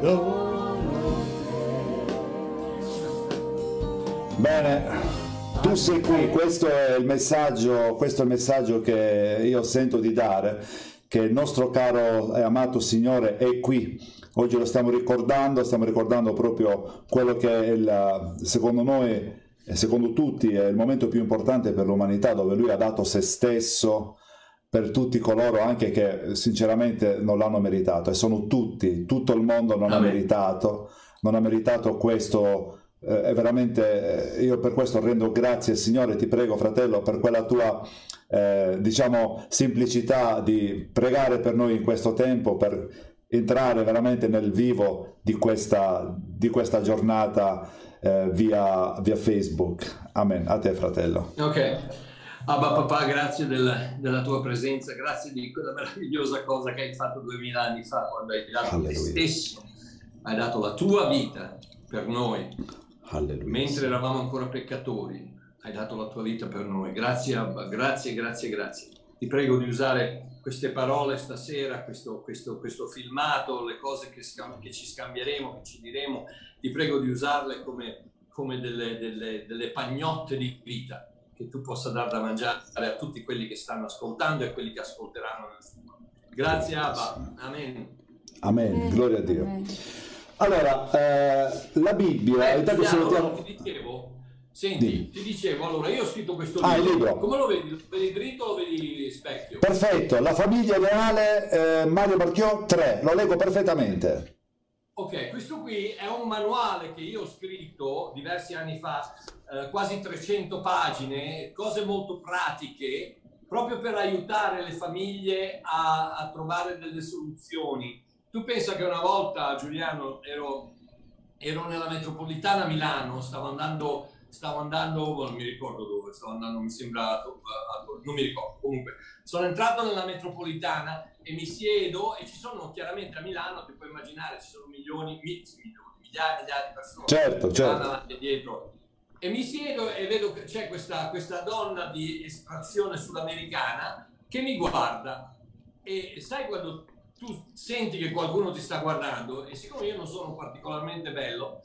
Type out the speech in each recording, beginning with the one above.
Bene, tu sei qui, questo è il messaggio che io sento di dare, che il nostro caro e amato Signore è qui. Oggi lo stiamo ricordando proprio quello che è secondo noi e secondo tutti è il momento più importante per l'umanità, dove Lui ha dato se stesso per tutti coloro anche che sinceramente non l'hanno meritato, e sono tutto il mondo non ha meritato questo. È veramente, io per questo rendo grazie, Signore. Ti prego, fratello, per quella tua diciamo semplicità di pregare per noi in questo tempo, per entrare veramente nel vivo di questa giornata via Facebook. Amen. A te, fratello. Ok. Abba papà, grazie della tua presenza, grazie di quella meravigliosa cosa che hai fatto 2000 anni fa, quando hai dato te stesso, hai dato la tua vita per noi. Alleluia. Mentre eravamo ancora peccatori, hai dato la tua vita per noi. Grazie Abba, grazie. Ti prego di usare queste parole stasera, questo filmato, le cose che ci scambieremo, che ci diremo. Ti prego di usarle come delle pagnotte di vita, che tu possa dar da mangiare a tutti quelli che stanno ascoltando e quelli che ascolteranno nel futuro. Grazie Abba, amen. Amen, gloria a Dio. Amen. Allora, la Bibbia... Ti dicevo, allora io ho scritto questo libro. Come lo vedi? Lo vedi dritto o lo vedi specchio? Perfetto, La famiglia ideale, Mario Marchiò 3, lo leggo perfettamente. Ok, questo qui è un manuale che io ho scritto diversi anni fa, quasi 300 pagine, cose molto pratiche, proprio per aiutare le famiglie a trovare delle soluzioni. Tu pensa che una volta, Giuliano, ero nella metropolitana a Milano, stavo andando, non mi ricordo dove, stavo andando, mi sembra, non mi ricordo, comunque, sono entrato nella metropolitana e mi siedo, e ci sono chiaramente a Milano, ti puoi immaginare, ci sono migliaia di persone, certo. Davanti e dietro, e mi siedo e vedo che c'è questa donna di estrazione sudamericana che mi guarda, e sai quando tu senti che qualcuno ti sta guardando, e siccome io non sono particolarmente bello,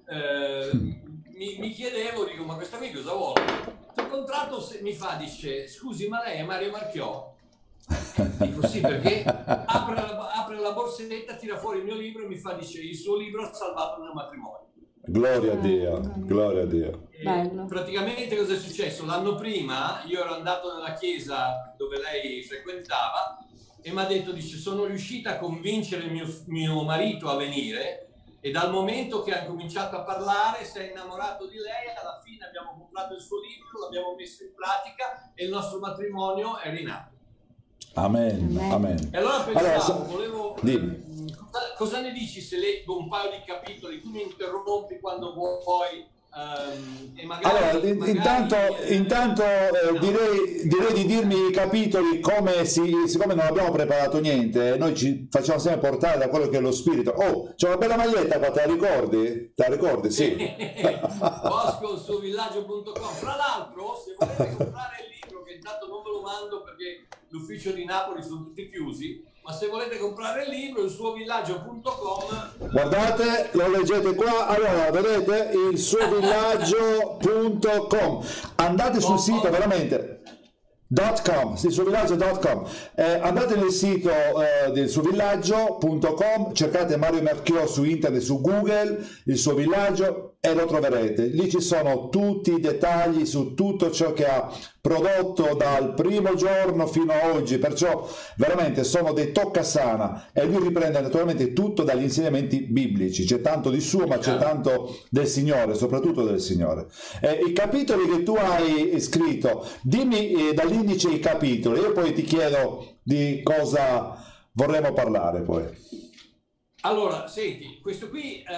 mi chiedevo, dico, ma questa qui cosa vuole? Sul contratto dice, scusi, ma lei è Mario Marchiò? Dico sì, perché apre la borsetta, tira fuori il mio libro e dice, il suo libro ha salvato il mio matrimonio. Gloria a Dio, gloria a Dio. Praticamente cosa è successo? L'anno prima io ero andato nella chiesa dove lei frequentava, e mi ha detto, dice, sono riuscita a convincere il mio marito a venire, e dal momento che ha cominciato a parlare si è innamorato di lei, alla fine abbiamo comprato il suo libro, l'abbiamo messo in pratica e il nostro matrimonio è rinato. Amen, amen. E allora pensavo, cosa ne dici se leggo un paio di capitoli, tu mi interrompi quando vuoi, e magari, intanto direi di dirmi i capitoli, siccome non abbiamo preparato niente, noi ci facciamo sempre portare da quello che è lo spirito. Oh, c'è una bella maglietta qua, te la ricordi? Te la ricordi? Sì. Bosco su villaggio.com. Fra l'altro, se volete comprare il libro, che intanto non ve lo mando perché l'ufficio di Napoli sono tutti chiusi, ma se volete comprare il libro, il suo villaggio.com, guardate, lo leggete qua, allora vedete, il suo villaggio.com, andate sul sito veramente .com, il suo villaggio.com, andate nel sito del suo villaggio.com, cercate Mario Marchiò su internet, su Google, il suo villaggio, e lo troverete. Lì ci sono tutti i dettagli su tutto ciò che ha prodotto dal primo giorno fino a oggi, perciò veramente sono dei toccasana, e lui riprende naturalmente tutto dagli insegnamenti biblici. C'è tanto di suo, ma c'è tanto del Signore, soprattutto del Signore. I capitoli che tu hai scritto, dimmi dall'indice i capitoli, io poi ti chiedo di cosa vorremmo parlare poi. Allora, senti, questo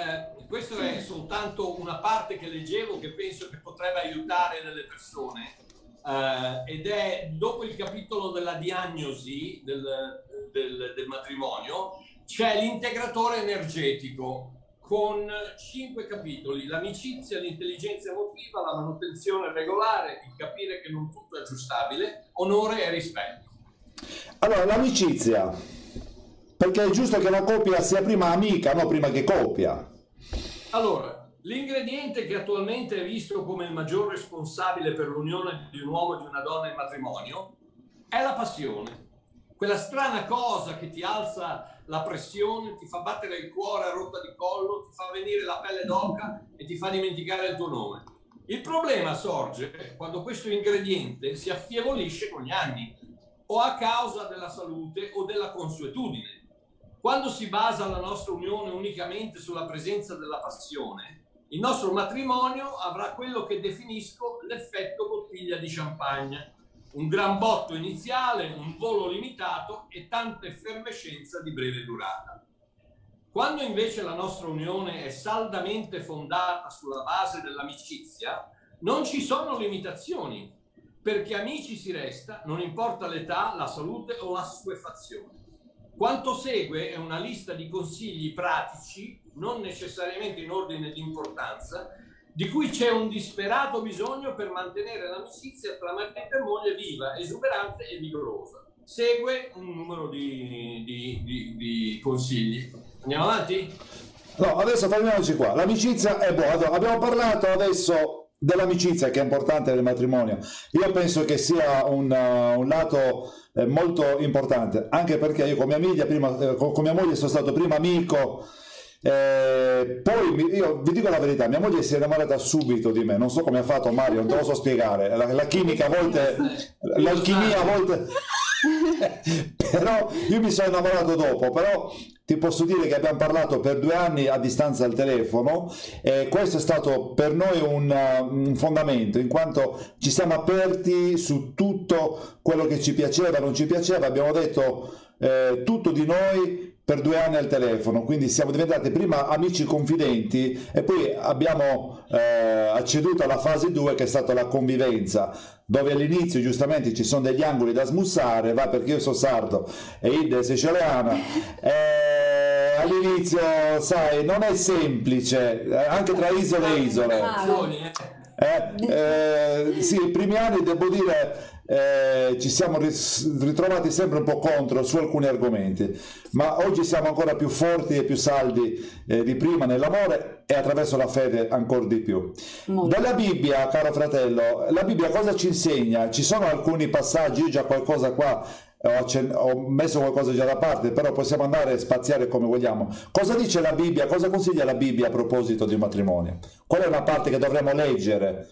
è soltanto una parte che leggevo, che penso che potrebbe aiutare delle persone, ed è dopo il capitolo della diagnosi del matrimonio, c'è l'integratore energetico con 5 capitoli: l'amicizia, l'intelligenza emotiva, la manutenzione regolare, il capire che non tutto è aggiustabile, onore e rispetto. Allora, l'amicizia. perché è giusto che la coppia sia prima amica, no prima che coppia. Allora, l'ingrediente che attualmente è visto come il maggior responsabile per l'unione di un uomo e di una donna in matrimonio è la passione. Quella strana cosa che ti alza la pressione, ti fa battere il cuore a rotta di collo, ti fa venire la pelle d'oca e ti fa dimenticare il tuo nome. Il problema sorge quando questo ingrediente si affievolisce con gli anni o a causa della salute o della consuetudine. Quando si basa la nostra unione unicamente sulla presenza della passione, il nostro matrimonio avrà quello che definisco l'effetto bottiglia di champagne. Un gran botto iniziale, un volo limitato e tanta effervescenza di breve durata. Quando invece la nostra unione è saldamente fondata sulla base dell'amicizia, non ci sono limitazioni, perché amici si resta, non importa l'età, la salute o la assuefazione. Quanto segue è una lista di consigli pratici, non necessariamente in ordine di importanza, di cui c'è un disperato bisogno per mantenere l'amicizia tra marito e moglie viva, esuberante e vigorosa. Segue un numero di consigli. Andiamo avanti? No, adesso fermiamoci qua. L'amicizia è buona. Abbiamo parlato adesso dell'amicizia che è importante nel matrimonio. Io penso che sia un lato molto importante, anche perché io con mia moglie sono stato prima amico. Poi io vi dico la verità, mia moglie si è innamorata subito di me, non so come ha fatto Mario, non te lo so spiegare, la chimica a volte, l'alchimia a volte però io mi sono innamorato dopo. Però ti posso dire che abbiamo parlato per 2 anni a distanza al telefono e questo è stato per noi un fondamento, in quanto ci siamo aperti su tutto quello che ci piaceva, non ci piaceva, abbiamo detto tutto di noi per 2 anni al telefono, quindi siamo diventati prima amici confidenti e poi abbiamo acceduto alla fase 2 che è stata la convivenza, dove all'inizio giustamente ci sono degli angoli da smussare, va, perché io sono sardo e Ida è siciliana, all'inizio sai non è semplice, anche tra isole e isole. Sì, i primi anni devo dire ci siamo ritrovati sempre un po' contro su alcuni argomenti, ma oggi siamo ancora più forti e più saldi di prima nell'amore e attraverso la fede ancora di più. Dalla Bibbia, caro fratello, la Bibbia cosa ci insegna? Ci sono alcuni passaggi, io già qualcosa qua ho messo qualcosa già da parte, però possiamo andare a spaziare come vogliamo. Cosa dice la Bibbia? Cosa consiglia la Bibbia a proposito di un matrimonio? Qual è una parte che dovremmo leggere?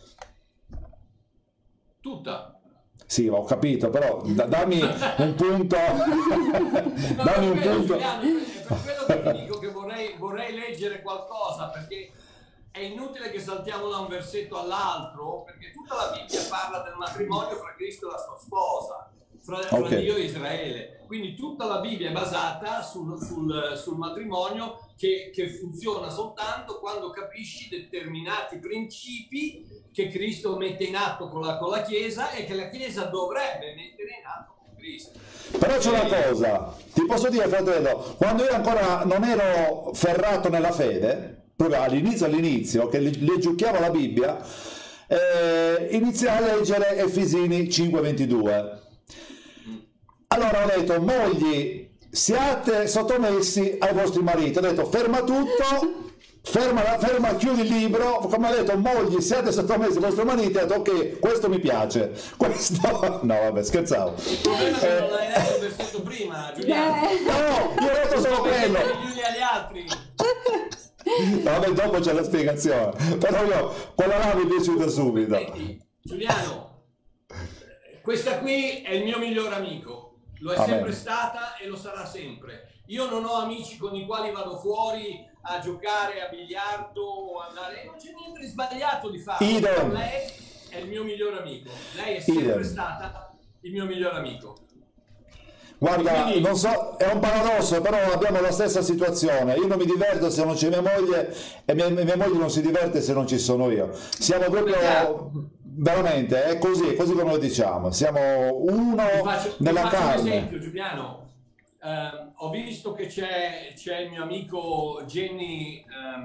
Tutta. Sì, ho capito, però dammi un punto. Dammi un punto. Per quello che ti dico che vorrei leggere qualcosa, perché è inutile che saltiamo da un versetto all'altro, perché tutta la Bibbia parla del matrimonio fra Cristo e la sua sposa, fra Dio e Israele. Quindi tutta la Bibbia è basata sul matrimonio che funziona soltanto quando capisci determinati principi che Cristo mette in atto con la Chiesa e che la Chiesa dovrebbe mettere in atto con Cristo. Però c'è una cosa, ti posso dire fratello, quando io ancora non ero ferrato nella fede, proprio all'inizio che leggiucchiavo la Bibbia, iniziai a leggere Efesini 5:22. Allora ho detto, mogli, siate sottomessi ai vostri mariti. Ho detto, ferma tutto, ferma, chiudi il libro, come ha detto, mogli, siate sottomessi ai vostri mariti. Ho detto, ok, questo mi piace, questo... No, vabbè, scherzavo. Il problema è che non l'hai letto il versetto prima, Giuliano. No, io ho detto solo quello. Gli agli altri. Vabbè, dopo c'è la spiegazione, però io quella là mi è piaciuta subito. Senti, Giuliano, questa qui è il mio miglior amico. Lo è sempre stata e lo sarà sempre. Io non ho amici con i quali vado fuori a giocare a biliardo o andare... Non c'è niente di sbagliato di farlo. Lei è il mio miglior amico. Lei è sempre stata il mio miglior amico. Guarda, quindi... non so, è un paradosso, però abbiamo la stessa situazione. Io non mi diverto se non c'è mia moglie e mia moglie non si diverte se non ci sono io. Siamo proprio... Veramente, è così come lo diciamo, siamo uno nella carne. Un esempio, Giuliano, ho visto che c'è il mio amico Jenny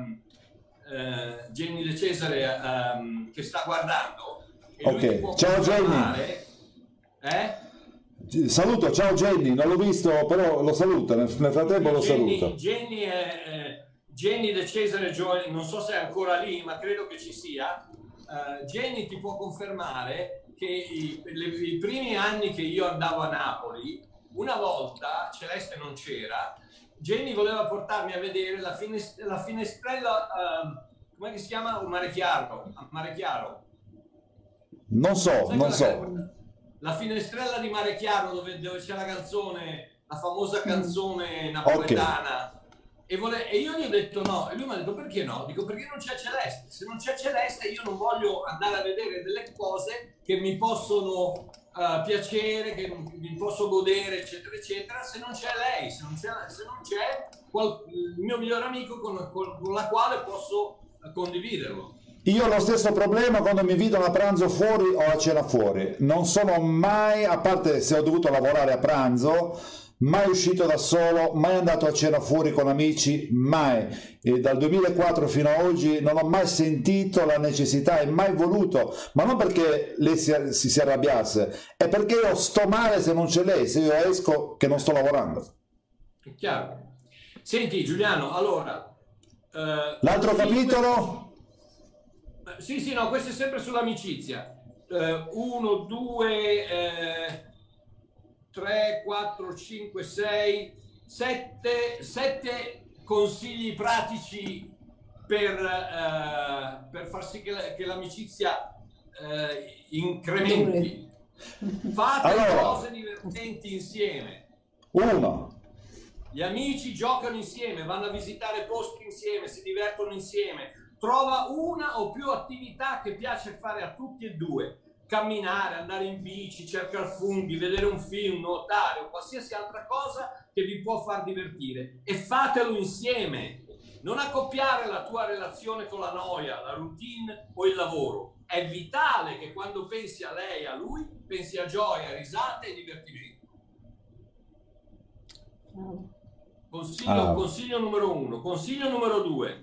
De Cesare che sta guardando. E ok, ciao Jenny. Saluto, ciao Jenny, non l'ho visto, però lo saluto, nel frattempo lo saluto. Jenny De Cesare, non so se è ancora lì, ma credo che ci sia. Jenny ti può confermare che i primi anni che io andavo a Napoli, una volta, Celeste non c'era, Jenny voleva portarmi a vedere la finestrella, come si chiama? Mare Chiaro. Non so. La finestrella di Mare Chiaro dove c'è la canzone, la famosa canzone napoletana. Okay. E io gli ho detto no, e lui mi ha detto perché no? Dico perché non c'è Celeste. Se non c'è Celeste io non voglio andare a vedere delle cose che mi possono piacere, che mi posso godere, eccetera, eccetera, se non c'è lei, se non c'è il mio migliore amico con la quale posso condividerlo. Io ho lo stesso problema quando mi invitano a pranzo fuori o a cena fuori. Non sono mai, a parte se ho dovuto lavorare a pranzo, mai uscito da solo, mai andato a cena fuori con amici, mai. E dal 2004 fino ad oggi non ho mai sentito la necessità e mai voluto, ma non perché lei si arrabbiasse, è perché io sto male se non c'è lei, se io esco che non sto lavorando. È chiaro. Senti Giuliano, allora... l'altro capitolo? Sì, no, questo è sempre sull'amicizia. 1, 2, 3, 4, 5, 6, 7 consigli pratici per far sì che l'amicizia incrementi. Fate cose divertenti insieme. 1. Gli amici giocano insieme, vanno a visitare posti insieme, si divertono insieme. Trova una o più attività che piace fare a tutti e due. Camminare, andare in bici, cercare funghi, vedere un film, nuotare o qualsiasi altra cosa che vi può far divertire. E fatelo insieme. Non accoppiare la tua relazione con la noia, la routine o il lavoro. È vitale che quando pensi a lei e a lui, pensi a gioia, risate e divertimento. Consiglio numero 1. Consiglio numero 2.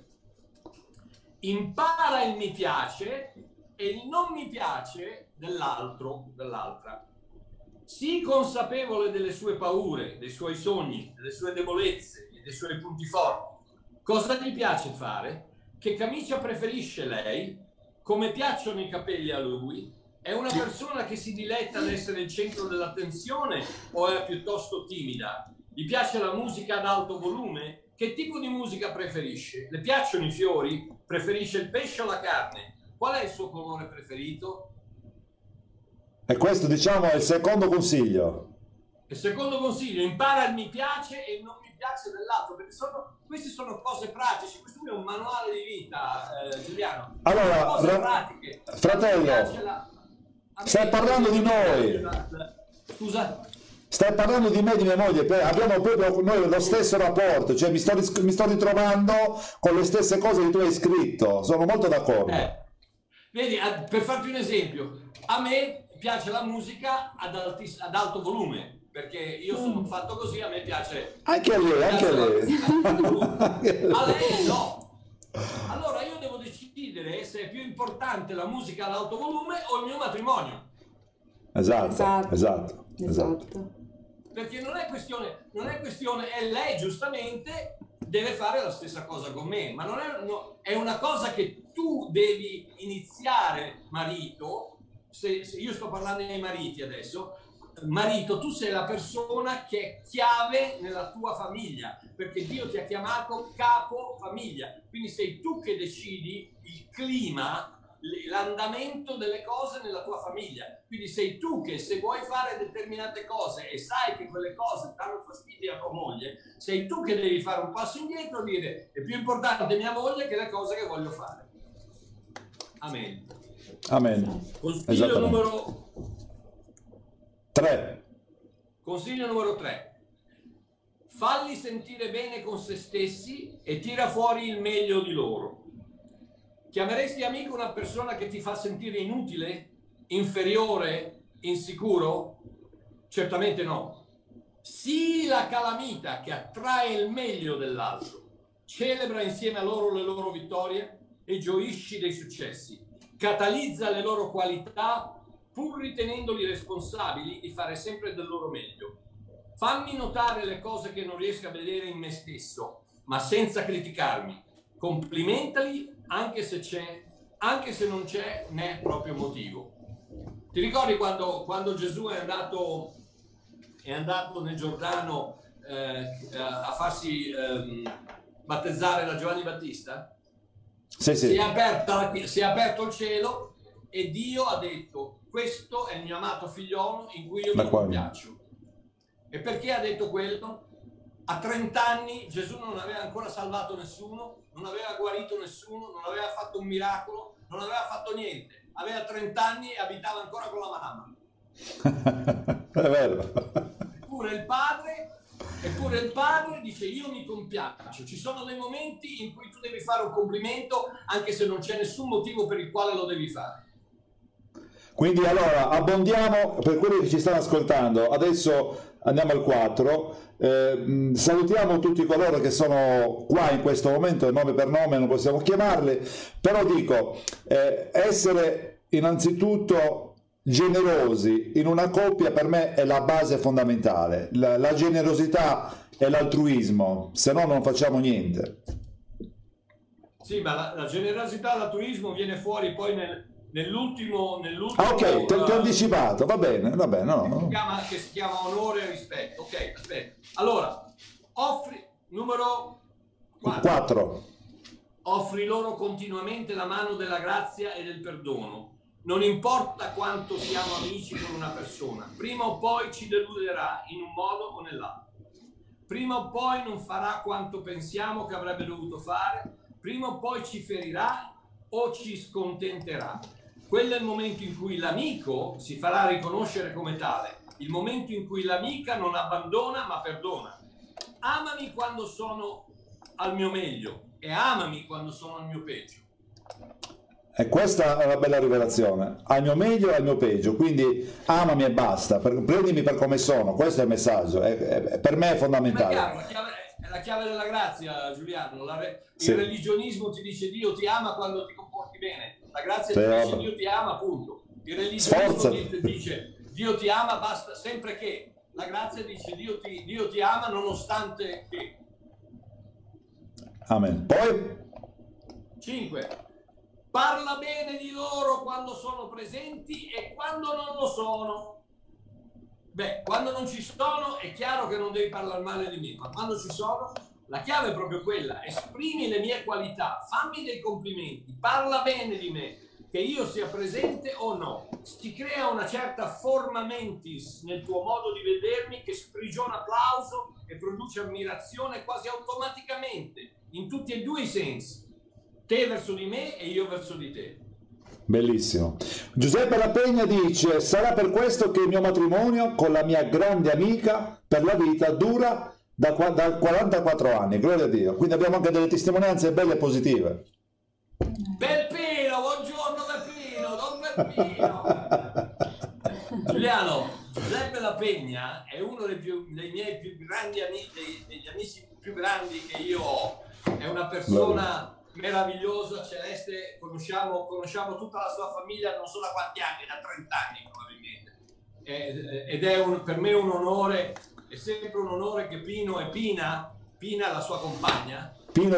Impara il mi piace e il non mi piace dell'altro, dell'altra. Sii consapevole delle sue paure, dei suoi sogni, delle sue debolezze e dei suoi punti forti. Cosa gli piace fare? Che camicia preferisce lei? Come piacciono i capelli a lui? È una persona che si diletta ad essere il centro dell'attenzione o è piuttosto timida? Gli piace la musica ad alto volume? Che tipo di musica preferisce? Le piacciono i fiori? Preferisce il pesce o la carne? Qual è il suo colore preferito? E questo, diciamo, è il secondo consiglio. Il secondo consiglio, impara il mi piace e il non mi piace dell'altro, perché queste sono cose pratiche, questo è un manuale di vita, Giuliano. Allora, cose pratiche. Fratello, stai parlando di noi. Scusa? Stai parlando di me e di mia moglie, abbiamo proprio noi lo stesso rapporto, cioè mi sto ritrovando con le stesse cose che tu hai scritto, sono molto d'accordo. Vedi, per farti un esempio, a me piace la musica ad alto volume, perché io sono fatto così, a me piace... Anche a lei, anche a lei. A lei no. Allora io devo decidere se è più importante la musica ad alto volume o il mio matrimonio. Esatto. Perché non è questione, e lei giustamente deve fare la stessa cosa con me, ma non è una cosa che tu devi iniziare, marito. Se io sto parlando ai mariti adesso, marito, tu sei la persona che è chiave nella tua famiglia, perché Dio ti ha chiamato capo famiglia, quindi sei tu che decidi il clima, l'andamento delle cose nella tua famiglia. Quindi sei tu che, se vuoi fare determinate cose e sai che quelle cose danno fastidio a tua moglie, sei tu che devi fare un passo indietro e dire: è più importante mia moglie che le cose che voglio fare. Amen. Consiglio numero 3. Consiglio numero 3. Falli sentire bene con se stessi e tira fuori il meglio di loro. Chiameresti amico una persona che ti fa sentire inutile, inferiore, insicuro? Certamente no. Sii la calamita che attrae il meglio dell'altro. Celebra insieme a loro le loro vittorie e gioisci dei successi. Catalizza le loro qualità pur ritenendoli responsabili di fare sempre del loro meglio. Fammi notare le cose che non riesco a vedere in me stesso, ma senza criticarmi. Complimentali anche se non c'è né proprio motivo. Ti ricordi quando Gesù è andato nel Giordano a farsi battezzare da Giovanni Battista? Sì. Si è aperto il cielo e Dio ha detto: questo è il mio amato figliolo in cui io mi compiaccio. E perché ha detto quello? A 30 anni Gesù non aveva ancora salvato nessuno, non aveva guarito nessuno, non aveva fatto un miracolo, non aveva fatto niente. Aveva 30 anni e abitava ancora con la mamma. È vero. Eppure il padre dice: io mi compiaccio. Ci sono dei momenti in cui tu devi fare un complimento anche se non c'è nessun motivo per il quale lo devi fare. Quindi allora abbondiamo per quelli che ci stanno ascoltando. Adesso andiamo al 4. Salutiamo tutti coloro che sono qua in questo momento, nome per nome non possiamo chiamarli, però dico, essere innanzitutto generosi in una coppia per me è la base fondamentale, la generosità e l'altruismo, se no non facciamo niente. Sì, ma la generosità e l'altruismo viene fuori poi nell'ultimo Ah, ok, ti ho anticipato, va bene, no. Che si chiama onore e rispetto. Ok, aspetta. Allora, numero 4. Offri loro continuamente la mano della grazia e del perdono. Non importa quanto siamo amici con una persona, prima o poi ci deluderà in un modo o nell'altro. Prima o poi non farà quanto pensiamo che avrebbe dovuto fare, prima o poi ci ferirà o ci scontenterà. Quello è il momento in cui l'amico si farà riconoscere come tale, il momento in cui l'amica non abbandona ma perdona. Amami quando sono al mio meglio e amami quando sono al mio peggio. E questa è una bella rivelazione, al mio meglio e al mio peggio, quindi amami e basta, prendimi per come sono, questo è il messaggio, per me è fondamentale. È la chiave della grazia, Giuliano. Il religionismo ti dice Dio ti ama quando ti comporti bene, la grazia ti dice Dio ti ama, punto. Il religionismo dice Dio ti ama, basta, sempre che. La grazia dice Dio ti ama nonostante che. Amen. Poi 5. Parla bene di loro quando sono presenti e quando non lo sono. Beh, quando non ci sono è chiaro che non devi parlare male di me, ma quando ci sono, la chiave è proprio quella: esprimi le mie qualità, fammi dei complimenti, parla bene di me, che io sia presente o no. Si crea una certa forma mentis nel tuo modo di vedermi che sprigiona applauso e produce ammirazione quasi automaticamente, in tutti e due i sensi. Te verso di me e io verso di te. Bellissimo. Giuseppe La Pegna dice: sarà per questo che il mio matrimonio con la mia grande amica per la vita dura da 44 anni, gloria a Dio. Quindi abbiamo anche delle testimonianze belle e positive. Belpino, buongiorno Belpino, don Belpino. Giuliano, Giuseppe La Pegna è uno dei miei più grandi amici, degli amici più grandi che io ho. È una persona meravigliosa, Celeste, conosciamo tutta la sua famiglia, non so da quanti anni, da 30 anni probabilmente, ed è per me un onore, è sempre un onore che Pino e Pina, la sua compagna,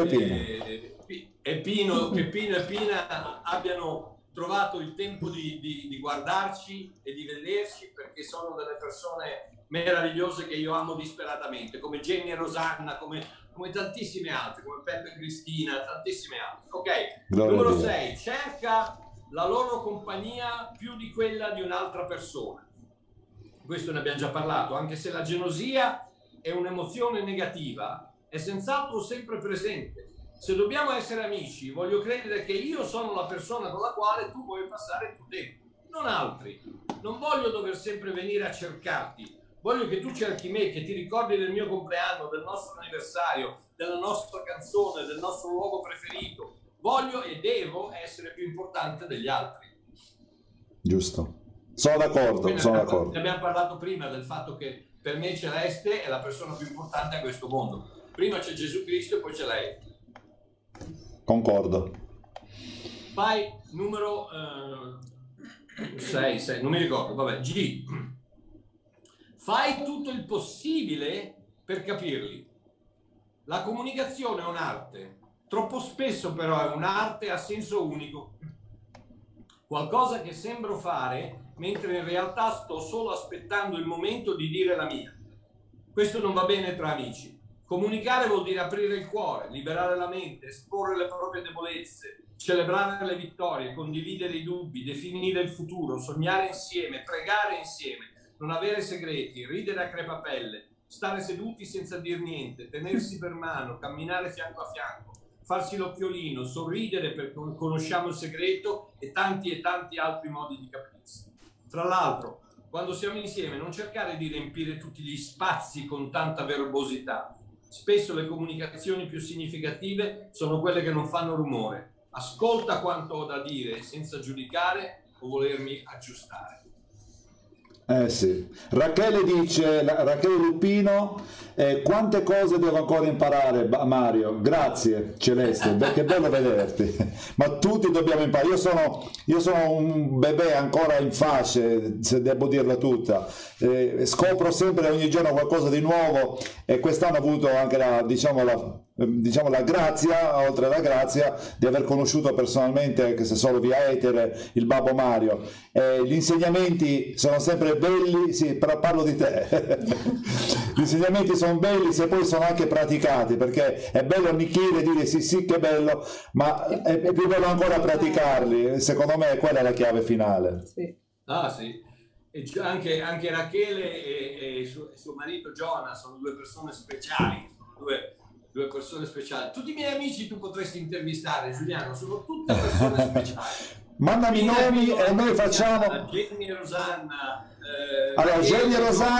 che Pino e Pina abbiano trovato il tempo di guardarci e di vederci, perché sono delle persone meravigliose che io amo disperatamente, come Jenny e Rosanna, come tantissime altre, come Peppe e Cristina, tantissime altre. Ok, numero 6, cerca la loro compagnia più di quella di un'altra persona. Questo ne abbiamo già parlato, anche se la gelosia è un'emozione negativa, è senz'altro sempre presente. Se dobbiamo essere amici, voglio credere che io sono la persona con la quale tu vuoi passare il tuo tempo, non altri. Non voglio dover sempre venire a cercarti. Voglio che tu cerchi me, che ti ricordi del mio compleanno, del nostro anniversario, della nostra canzone, del nostro luogo preferito. Voglio e devo essere più importante degli altri. Giusto. Sono d'accordo. Ne abbiamo parlato prima del fatto che per me Celeste è la persona più importante a questo mondo. Prima c'è Gesù Cristo e poi c'è lei. Concordo. Vai, numero 6, non mi ricordo, vabbè, G. Fai tutto il possibile per capirli. La comunicazione è un'arte, troppo spesso però è un'arte a senso unico. Qualcosa che sembro fare, mentre in realtà sto solo aspettando il momento di dire la mia. Questo non va bene tra amici. Comunicare vuol dire aprire il cuore, liberare la mente, esporre le proprie debolezze, celebrare le vittorie, condividere i dubbi, definire il futuro, sognare insieme, pregare insieme, non avere segreti, ridere a crepapelle, stare seduti senza dir niente, tenersi per mano, camminare fianco a fianco, farsi l'occhiolino, sorridere perché conosciamo il segreto e tanti altri modi di capirsi. Tra l'altro, quando siamo insieme, non cercare di riempire tutti gli spazi con tanta verbosità. Spesso le comunicazioni più significative sono quelle che non fanno rumore. Ascolta quanto ho da dire senza giudicare o volermi aggiustare. Sì. Rachele dice, Rachele Lupino, quante cose devo ancora imparare, Mario? Grazie Celeste, che bello vederti. Ma tutti dobbiamo imparare. Io sono un bebè ancora in fasce, se devo dirla tutta. Scopro sempre ogni giorno qualcosa di nuovo e quest'anno ho avuto anche la grazia, oltre alla grazia, di aver conosciuto personalmente, anche se solo via etere, il Babbo Mario. Gli insegnamenti sono sempre belli, sì, però parlo di te. Gli insegnamenti sono belli se poi sono anche praticati, perché è bello annichire e dire sì sì che bello, ma è più bello ancora praticarli. Secondo me quella è la chiave finale. Sì. Ah sì. E anche Rachele e suo marito Giona sono due persone speciali, due persone speciali. Tutti i miei amici tu potresti intervistare, Giuliano, sono tutte persone speciali. Mandami i nomi e noi facciamo. Jenny e Rosanna. Allora, Jenny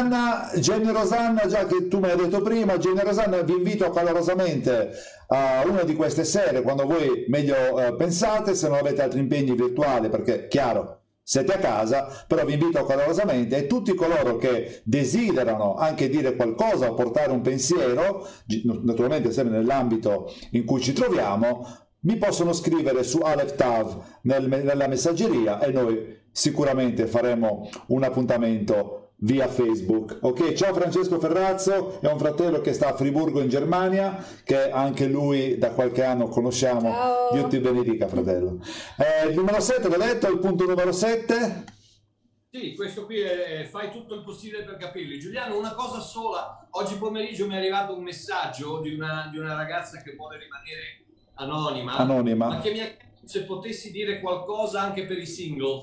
e Rosanna, già che tu me l'hai detto prima, Jenny e Rosanna, vi invito calorosamente a una di queste sere, quando voi meglio pensate, se non avete altri impegni virtuali, perché chiaro, siete a casa, però vi invito calorosamente, e tutti coloro che desiderano anche dire qualcosa o portare un pensiero, naturalmente sempre nell'ambito in cui ci troviamo, mi possono scrivere su Aleph Tav nella messaggeria e noi sicuramente faremo un appuntamento via Facebook. Ok, ciao Francesco Ferrazzo, è un fratello che sta a Friburgo in Germania, che anche lui da qualche anno conosciamo. Ciao. Dio ti benedica, fratello. Il numero 7, l'ho detto, il punto numero 7. Sì, questo qui è fai tutto il possibile per capirli. Giuliano, una cosa sola, oggi pomeriggio mi è arrivato un messaggio di una ragazza che vuole rimanere anonima, ma che mi ha chiesto se potessi dire qualcosa anche per i single.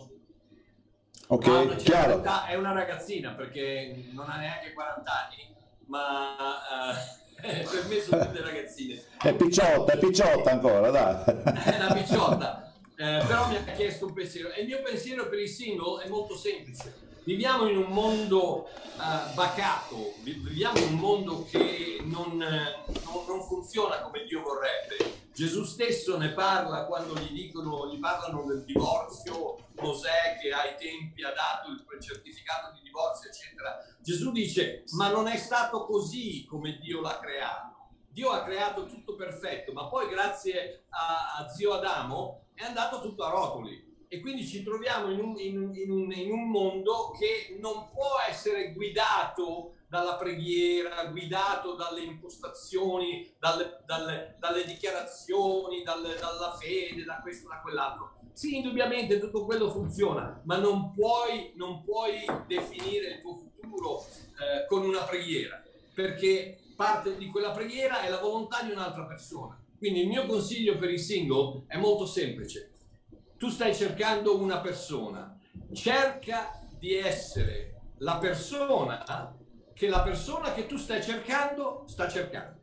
Ok, chiaro. È una ragazzina perché non ha neanche 40 anni, ma per me sono tutte ragazzine. È picciotta ancora, dai. È una picciotta, però mi ha chiesto un pensiero. E il mio pensiero per i single è molto semplice. Viviamo in un mondo bacato, viviamo in un mondo che non funziona come Dio vorrebbe. Gesù stesso ne parla quando gli parlano del divorzio, Mosè che ai tempi ha dato il certificato di divorzio, eccetera. Gesù dice, ma non è stato così come Dio l'ha creato. Dio ha creato tutto perfetto, ma poi grazie a zio Adamo è andato tutto a rotoli. E quindi ci troviamo in un mondo che non può essere guidato dalla preghiera, guidato dalle impostazioni, dalle dichiarazioni, dalla fede, da questo, da quell'altro. Sì, indubbiamente tutto quello funziona, ma non puoi definire il tuo futuro con una preghiera, perché parte di quella preghiera è la volontà di un'altra persona. Quindi il mio consiglio per i single è molto semplice. Tu stai cercando una persona, cerca di essere la persona che tu stai cercando sta cercando.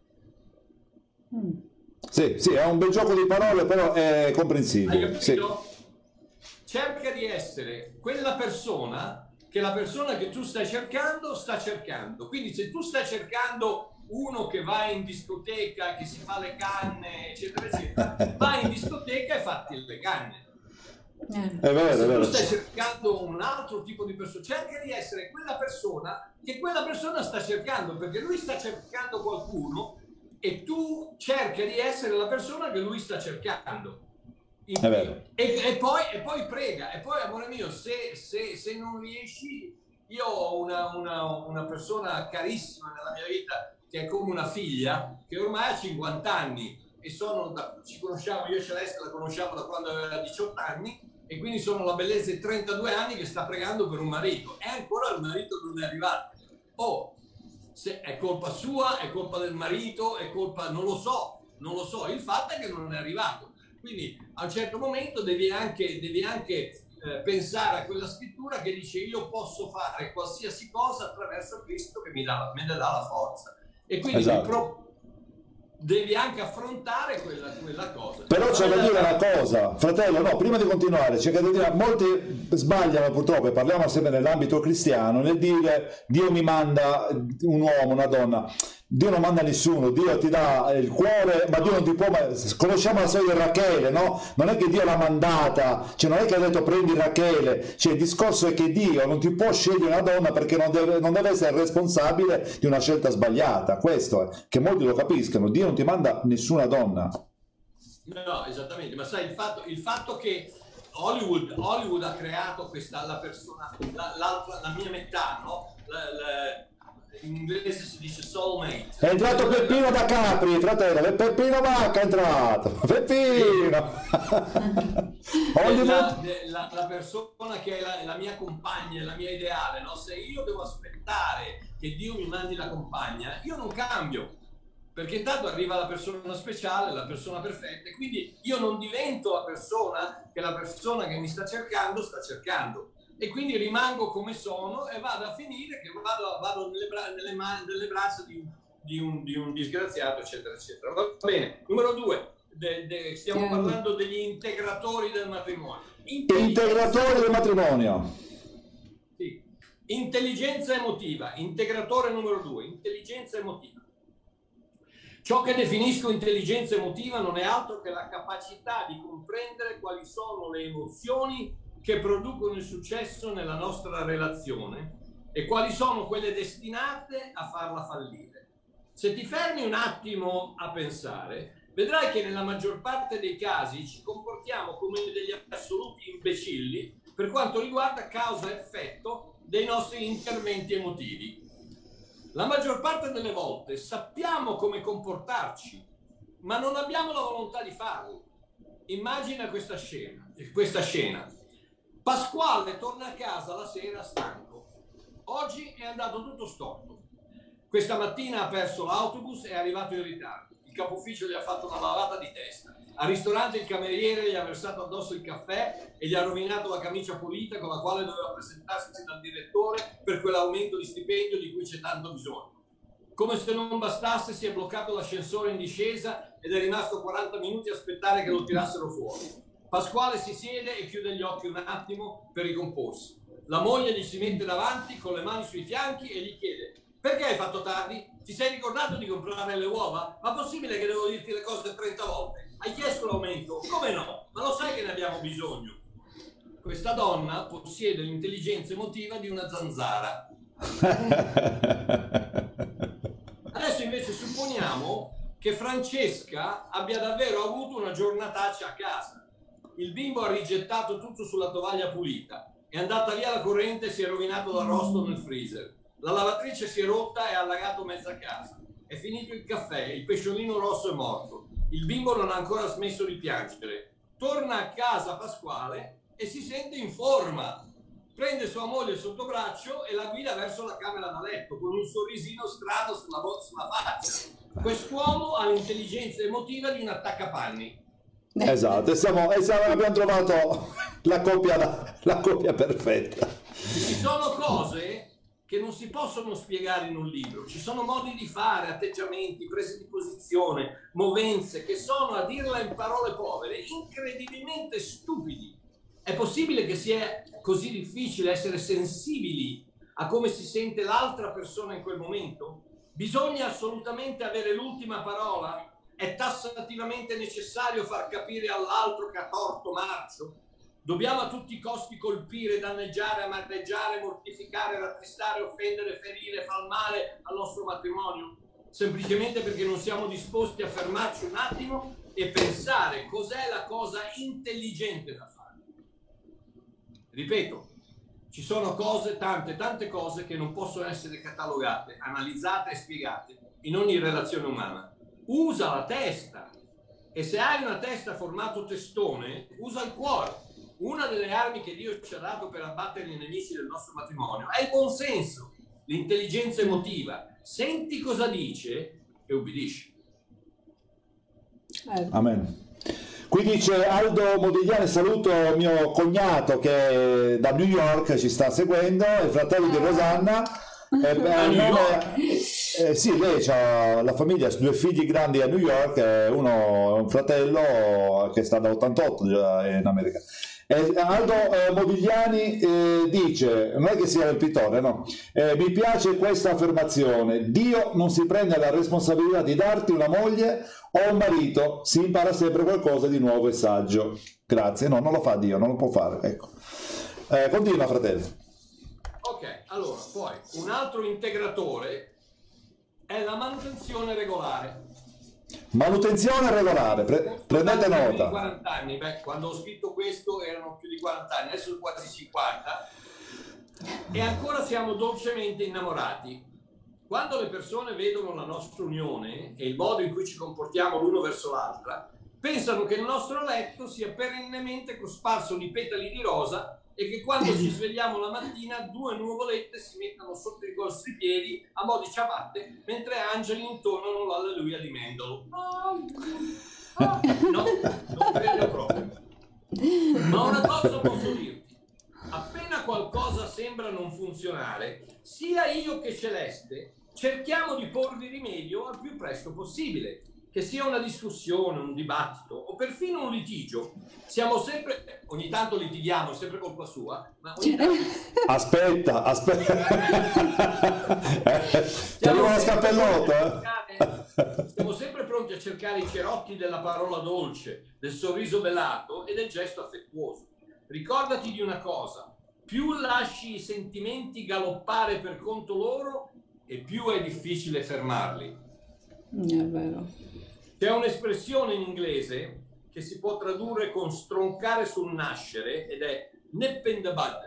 Sì, è un bel gioco di parole, però è comprensibile. Hai capito? Sì. Cerca di essere quella persona che la persona che tu stai cercando sta cercando. Quindi se tu stai cercando uno che va in discoteca, che si fa le canne, eccetera, eccetera, vai in discoteca e fatti le canne. È vero, se tu stai cercando un altro tipo di persona, cerca di essere quella persona che quella persona sta cercando, perché lui sta cercando qualcuno e tu cerca di essere la persona che lui sta cercando. È vero. E poi prega, e poi amore mio, se non riesci, io ho una persona carissima nella mia vita che è come una figlia, che ormai ha 50 anni e ci conosciamo, io e Celeste la conosciamo da quando aveva 18 anni e quindi sono la bellezza di 32 anni che sta pregando per un marito e ancora il marito non è arrivato. Se è colpa sua, è colpa del marito, è colpa, non lo so, il fatto è che non è arrivato. Quindi a un certo momento devi anche pensare a quella scrittura che dice io posso fare qualsiasi cosa attraverso Cristo che me ne dà la forza. E quindi devi anche affrontare quella cosa. Però c'è da dire una cosa, fratello, no, prima di continuare, c'è da dire, molti sbagliano purtroppo, e parliamo sempre nell'ambito cristiano, nel dire Dio mi manda un uomo, una donna. Dio non manda nessuno, Dio ti dà il cuore, ma Dio non ti può. Conosciamo la storia di Rachele, no? Non è che Dio l'ha mandata, cioè non è che ha detto prendi Rachele, cioè il discorso è che Dio non ti può scegliere una donna perché non deve essere responsabile di una scelta sbagliata. Questo è, che molti lo capiscono, Dio non ti manda nessuna donna. No, esattamente, ma sai il fatto che Hollywood ha creato la persona, la mia metà, no? In inglese si dice soulmate. È entrato Peppino da Capri, fratello, Peppino Vacca è entrato, Peppino! La persona che è la mia compagna, la mia ideale, no? Se io devo aspettare che Dio mi mandi la compagna, io non cambio, perché intanto arriva la persona speciale, la persona perfetta, e quindi io non divento la persona che mi sta cercando, e quindi rimango come sono e vado a finire che vado nelle braccia di un disgraziato, eccetera, eccetera. Va bene. Numero 2, stiamo parlando degli integratori del matrimonio. Integratori del matrimonio. Sì. Intelligenza emotiva, integratore numero 2, intelligenza emotiva. Ciò che definisco intelligenza emotiva non è altro che la capacità di comprendere quali sono le emozioni che producono il successo nella nostra relazione e quali sono quelle destinate a farla fallire. Se ti fermi un attimo a pensare, vedrai che nella maggior parte dei casi ci comportiamo come degli assoluti imbecilli per quanto riguarda causa-effetto dei nostri interventi emotivi. La maggior parte delle volte sappiamo come comportarci, ma non abbiamo la volontà di farlo. Immagina questa scena. Pasquale torna a casa la sera stanco. Oggi è andato tutto storto. Questa mattina ha perso l'autobus e è arrivato in ritardo. Il capufficio gli ha fatto una lavata di testa. Al ristorante il cameriere gli ha versato addosso il caffè e gli ha rovinato la camicia pulita con la quale doveva presentarsi dal direttore per quell'aumento di stipendio di cui c'è tanto bisogno. Come se non bastasse, si è bloccato l'ascensore in discesa ed è rimasto 40 minuti a aspettare che lo tirassero fuori. Pasquale si siede e chiude gli occhi un attimo per ricomporsi. La moglie gli si mette davanti con le mani sui fianchi e gli chiede: perché hai fatto tardi? Ti sei ricordato di comprare le uova? Ma possibile che devo dirti le cose 30 volte? Hai chiesto l'aumento? Come no? Ma lo sai che ne abbiamo bisogno? Questa donna possiede l'intelligenza emotiva di una zanzara. Adesso invece supponiamo che Francesca abbia davvero avuto una giornataccia a casa. Il bimbo ha rigettato tutto sulla tovaglia pulita, è andata via la corrente e si è rovinato l'arrosto nel freezer. La lavatrice si è rotta e ha allagato mezza casa. È finito il caffè, il pesciolino rosso è morto. Il bimbo non ha ancora smesso di piangere. Torna a casa Pasquale e si sente in forma. Prende sua moglie sotto braccio e la guida verso la camera da letto con un sorrisino strano sulla faccia. Quest'uomo ha l'intelligenza emotiva di un attaccapanni. Esatto, abbiamo trovato la coppia perfetta. Ci sono cose che non si possono spiegare in un libro, ci sono modi di fare, atteggiamenti, prese di posizione, movenze che sono, a dirla in parole povere, incredibilmente stupidi. È possibile che sia così difficile essere sensibili a come si sente l'altra persona in quel momento? Bisogna assolutamente avere l'ultima parola? È tassativamente necessario far capire all'altro che ha torto marcio? Dobbiamo a tutti i costi colpire, danneggiare, amareggiare, mortificare, rattristare, offendere, ferire, far male al nostro matrimonio? Semplicemente perché non siamo disposti a fermarci un attimo e pensare cos'è la cosa intelligente da fare. Ripeto, ci sono cose, tante cose che non possono essere catalogate, analizzate e spiegate in ogni relazione umana. Usa la testa, e se hai una testa formato testone, usa il cuore. Una delle armi che Dio ci ha dato per abbattere i nemici del nostro matrimonio è il buonsenso, l'intelligenza emotiva. Senti cosa dice e ubbidisci. Amen. Qui dice Aldo Modigliani: saluto mio cognato che da New York ci sta seguendo, il fratello di Rosanna. Sì, lei ha la famiglia, 2 figli grandi a New York, uno è un fratello che sta da 88 già in America. Aldo Modigliani dice, non è che sia il pittore, no? Mi piace questa affermazione: Dio non si prende la responsabilità di darti una moglie o un marito, si impara sempre qualcosa di nuovo e saggio. Grazie. No, non lo fa Dio, non lo può fare, ecco. Continua, fratello. Ok, allora, poi un altro integratore è la manutenzione regolare. Manutenzione regolare, prendete nota. 40 anni, quando ho scritto questo erano più di 40 anni, adesso sono quasi 50 e ancora siamo dolcemente innamorati. Quando le persone vedono la nostra unione e il modo in cui ci comportiamo l'uno verso l'altra, pensano che il nostro letto sia perennemente cosparso di petali di rosa e che quando ci svegliamo la mattina 2 nuvolette si mettono sotto i nostri piedi a mo' di ciabatte mentre angeli intonano l'alleluia di Mendolo. No, non credo proprio. Ma una cosa posso dirti: appena qualcosa sembra non funzionare, sia io che Celeste cerchiamo di porvi rimedio al più presto possibile. Che sia una discussione, un dibattito o perfino un litigio, siamo sempre, ogni tanto litighiamo, è sempre colpa sua, ma ogni tanto... Aspetta. Ti arriva uno scappellotto, Siamo sempre pronti a cercare i cerotti della parola dolce, del sorriso velato e del gesto affettuoso. Ricordati di una cosa: più lasci i sentimenti galoppare per conto loro e più è difficile fermarli. È vero. C'è un'espressione in inglese che si può tradurre con stroncare sul nascere ed è nip in the bud.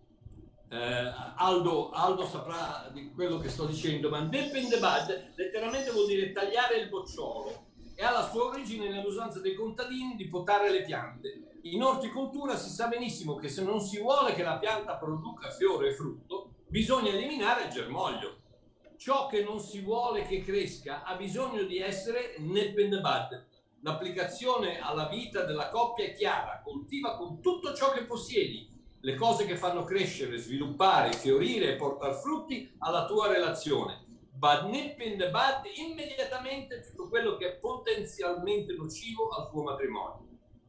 Aldo saprà di quello che sto dicendo, ma nip in the bud letteralmente vuol dire tagliare il bocciolo e ha la sua origine nell'usanza dei contadini di potare le piante. In orticoltura si sa benissimo che se non si vuole che la pianta produca fiore e frutto, bisogna eliminare il germoglio. Ciò che non si vuole che cresca ha bisogno di essere nip in the bud. L'applicazione alla vita della coppia è chiara: coltiva con tutto ciò che possiedi le cose che fanno crescere, sviluppare, fiorire e portare frutti alla tua relazione. But nip in the bud immediatamente tutto quello che è potenzialmente nocivo al tuo matrimonio.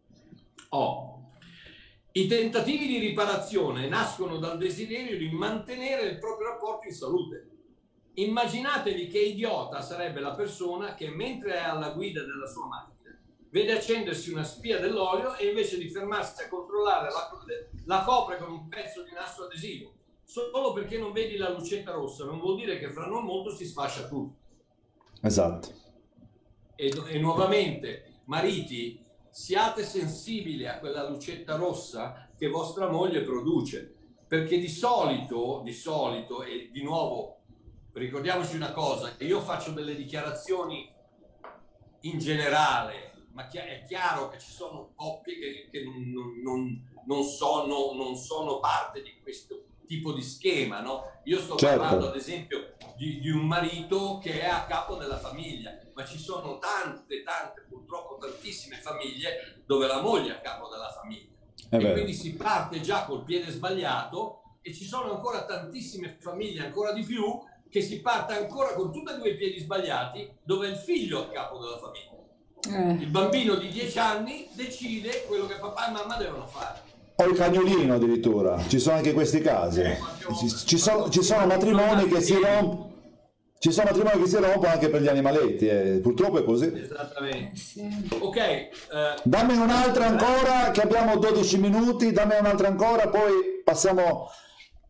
I tentativi di riparazione nascono dal desiderio di mantenere il proprio rapporto in salute. Immaginatevi che idiota sarebbe la persona che, mentre è alla guida della sua macchina, vede accendersi una spia dell'olio e invece di fermarsi a controllare la copre con un pezzo di nastro adesivo. Solo perché non vedi la lucetta rossa non vuol dire che fra non molto si sfascia tutto. Esatto. E nuovamente, mariti, siate sensibili a quella lucetta rossa che vostra moglie produce, perché di solito, e di nuovo, ricordiamoci una cosa: io faccio delle dichiarazioni in generale, ma è chiaro che ci sono coppie che non sono parte di questo tipo di schema, no? Io sto parlando ad esempio di un marito che è a capo della famiglia, ma ci sono tante, purtroppo tantissime famiglie dove la moglie è a capo della famiglia. E quindi si parte già col piede sbagliato, e ci sono ancora tantissime famiglie, ancora di più, che si parte ancora con tutti e 2 i piedi sbagliati, dove il figlio è a capo della famiglia. Il bambino di 10 anni decide quello che papà e mamma devono fare. O il cagnolino addirittura, ci sono anche questi casi. Ci sono matrimoni che si rompono. Ci sono matrimoni che si rompono anche per gli animaletti, purtroppo è così. Esattamente. Ok. Dammi un'altra ancora, che abbiamo 12 minuti, dammi un'altra ancora, poi passiamo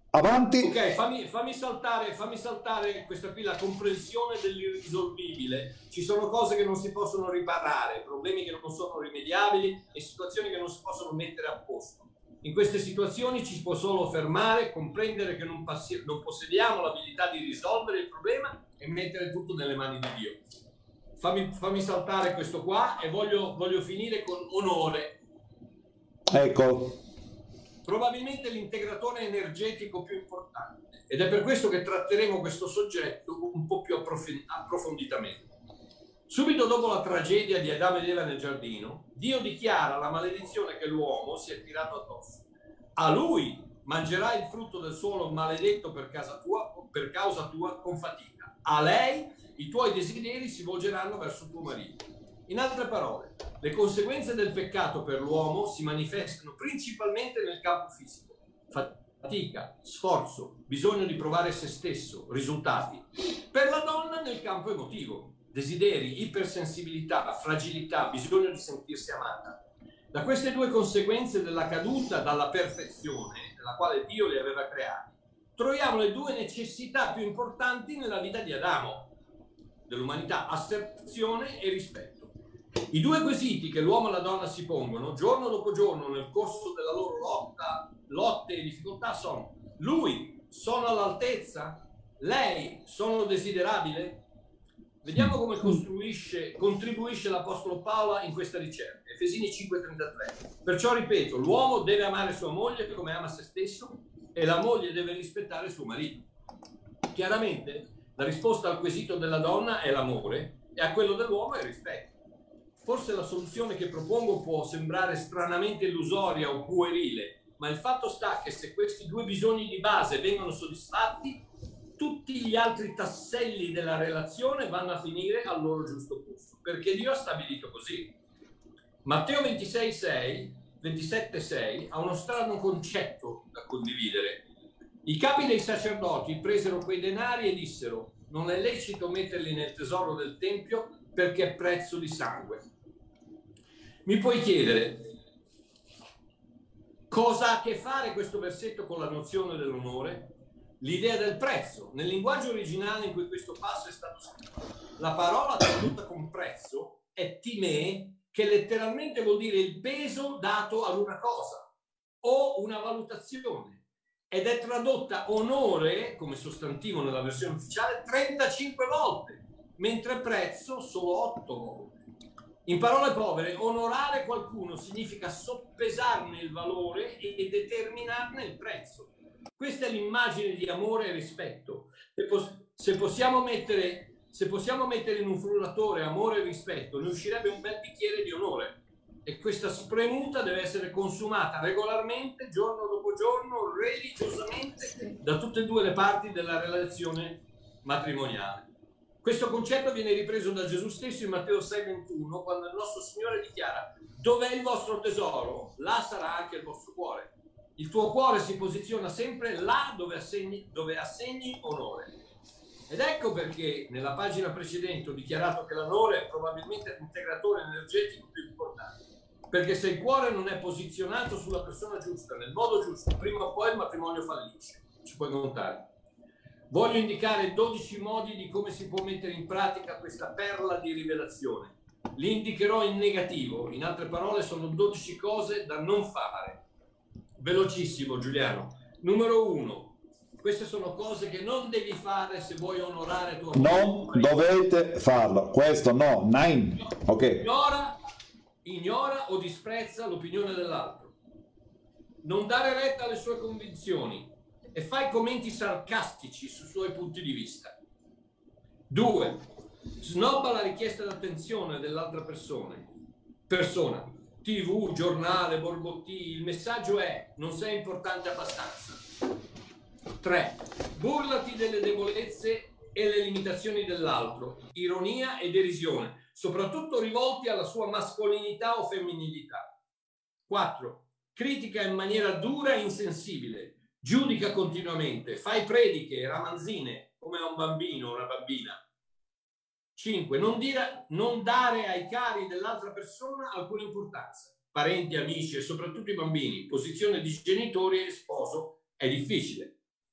Avanti. Ok, fammi saltare questa qui, la comprensione dell'irrisolvibile. Ci sono cose che non si possono riparare, problemi che non sono rimediabili e situazioni che non si possono mettere a posto. In queste situazioni ci si può solo fermare, comprendere che non possediamo l'abilità di risolvere il problema e mettere tutto nelle mani di Dio. Fammi saltare questo qua e voglio finire con onore. Ecco. Probabilmente l'integratore energetico più importante, ed è per questo che tratteremo questo soggetto un po' più approfonditamente. Subito dopo la tragedia di Adamo ed Eva nel giardino, Dio dichiara la maledizione che l'uomo si è tirato addosso. A lui mangerai il frutto del suolo maledetto per causa tua con fatica. A lei i tuoi desideri si volgeranno verso tuo marito. In altre parole, le conseguenze del peccato per l'uomo si manifestano principalmente nel campo fisico. Fatica, sforzo, bisogno di provare se stesso, risultati. Per la donna nel campo emotivo, desideri, ipersensibilità, fragilità, bisogno di sentirsi amata. Da queste due conseguenze della caduta dalla perfezione, nella quale Dio li aveva creati, troviamo le due necessità più importanti nella vita di Adamo, dell'umanità: asserzione e rispetto. I due quesiti che l'uomo e la donna si pongono giorno dopo giorno nel corso della loro lotte e difficoltà sono: lui, sono all'altezza? Lei, sono desiderabile? Vediamo come contribuisce l'Apostolo Paolo in questa ricerca. Efesini 5,33. Perciò ripeto, l'uomo deve amare sua moglie come ama se stesso e la moglie deve rispettare suo marito. Chiaramente la risposta al quesito della donna è l'amore e a quello dell'uomo è il rispetto. Forse la soluzione che propongo può sembrare stranamente illusoria o puerile, ma il fatto sta che se questi due bisogni di base vengono soddisfatti, tutti gli altri tasselli della relazione vanno a finire al loro giusto posto, perché Dio ha stabilito così. Matteo 27,6 ha uno strano concetto da condividere. I capi dei sacerdoti presero quei denari e dissero: non è lecito metterli nel tesoro del tempio perché è prezzo di sangue. Mi puoi chiedere, cosa ha a che fare questo versetto con la nozione dell'onore? L'idea del prezzo. Nel linguaggio originale in cui questo passo è stato scritto, la parola tradotta con prezzo è timè, che letteralmente vuol dire il peso dato ad una cosa o una valutazione, ed è tradotta onore come sostantivo nella versione ufficiale 35 volte, mentre prezzo solo 8 volte. In parole povere, onorare qualcuno significa soppesarne il valore e determinarne il prezzo. Questa è l'immagine di amore e rispetto. Se possiamo mettere in un frullatore amore e rispetto, ne uscirebbe un bel bicchiere di onore. E questa spremuta deve essere consumata regolarmente, giorno dopo giorno, religiosamente, da tutte e due le parti della relazione matrimoniale. Questo concetto viene ripreso da Gesù stesso in Matteo 6,21, quando il nostro Signore dichiara: dov'è il vostro tesoro? Là sarà anche il vostro cuore. Il tuo cuore si posiziona sempre là dove assegni onore. Ed ecco perché nella pagina precedente ho dichiarato che l'onore è probabilmente l'integratore energetico più importante. Perché se il cuore non è posizionato sulla persona giusta, nel modo giusto, prima o poi il matrimonio fallisce. Ci puoi contare. Voglio indicare 12 modi di come si può mettere in pratica questa perla di rivelazione. Li indicherò in negativo, in altre parole sono 12 cose da non fare. Velocissimo, Giuliano. Numero 1. Queste sono cose che non devi fare se vuoi onorare tua moglie. Non dovete farlo. Questo no. 9. Ok. Ignora o disprezza l'opinione dell'altro. Non dare retta alle sue convinzioni e fai commenti sarcastici sui suoi punti di vista. 2. Snobba la richiesta d'attenzione dell'altra persona. TV, giornale, borbotti, il messaggio è: non sei importante abbastanza. 3. Burlati delle debolezze e le limitazioni dell'altro, ironia e derisione, soprattutto rivolti alla sua mascolinità o femminilità. 4. Critica in maniera dura e insensibile, giudica continuamente, fai prediche, ramanzine, come a un bambino o una bambina. 5. Non dare ai cari dell'altra persona alcuna importanza. Parenti, amici e soprattutto i bambini, posizione di genitori e sposo è difficile.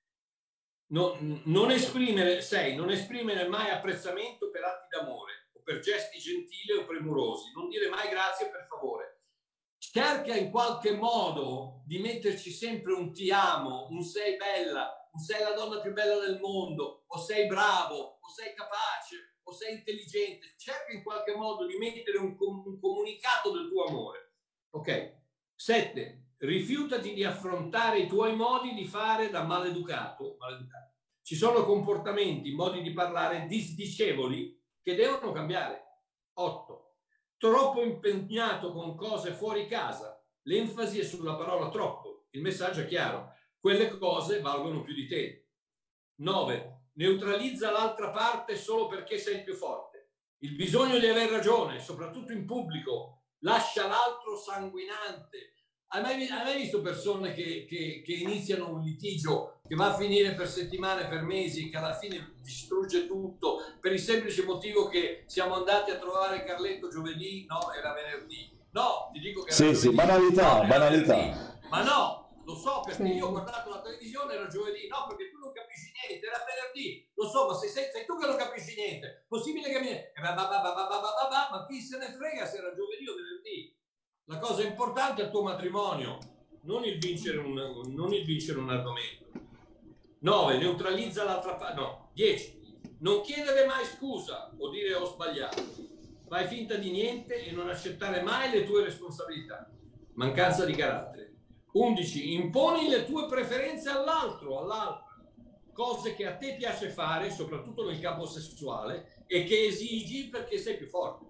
non esprimere mai apprezzamento per atti d'amore o per gesti gentili o premurosi, non dire mai grazie per favore. Cerca in qualche modo di metterci sempre un ti amo, un sei bella, un sei la donna più bella del mondo, o sei bravo, o sei capace, o sei intelligente. Cerca in qualche modo di mettere un comunicato del tuo amore. Ok. 7. Rifiutati di affrontare i tuoi modi di fare da maleducato. Ci sono comportamenti, modi di parlare disdicevoli che devono cambiare. 8. Troppo impegnato con cose fuori casa. L'enfasi è sulla parola troppo. Il messaggio è chiaro. Quelle cose valgono più di te. 9. Neutralizza l'altra parte solo perché sei più forte. Il bisogno di aver ragione, soprattutto in pubblico, lascia l'altro sanguinante. Hai mai visto persone che iniziano un litigio che va a finire per settimane, per mesi, che alla fine distrugge tutto per il semplice motivo che siamo andati a trovare Carletto giovedì? No, era venerdì. No, ti dico che era giovedì. Sì, banalità, no, banalità. Venerdì. Ma no, lo so perché io ho guardato la televisione, era giovedì. No, perché tu non capisci niente, era venerdì. Lo so, ma sei tu che non capisci niente. Possibile che mi... Ma chi se ne frega se era giovedì o venerdì? La cosa importante è il tuo matrimonio, non il vincere un argomento. 9. Neutralizza l'altra parte. No. 10. Non chiedere mai scusa o dire ho sbagliato. Fai finta di niente e non accettare mai le tue responsabilità. Mancanza di carattere. 11. Imponi le tue preferenze all'altro. Cose che a te piace fare, soprattutto nel campo sessuale, e che esigi perché sei più forte.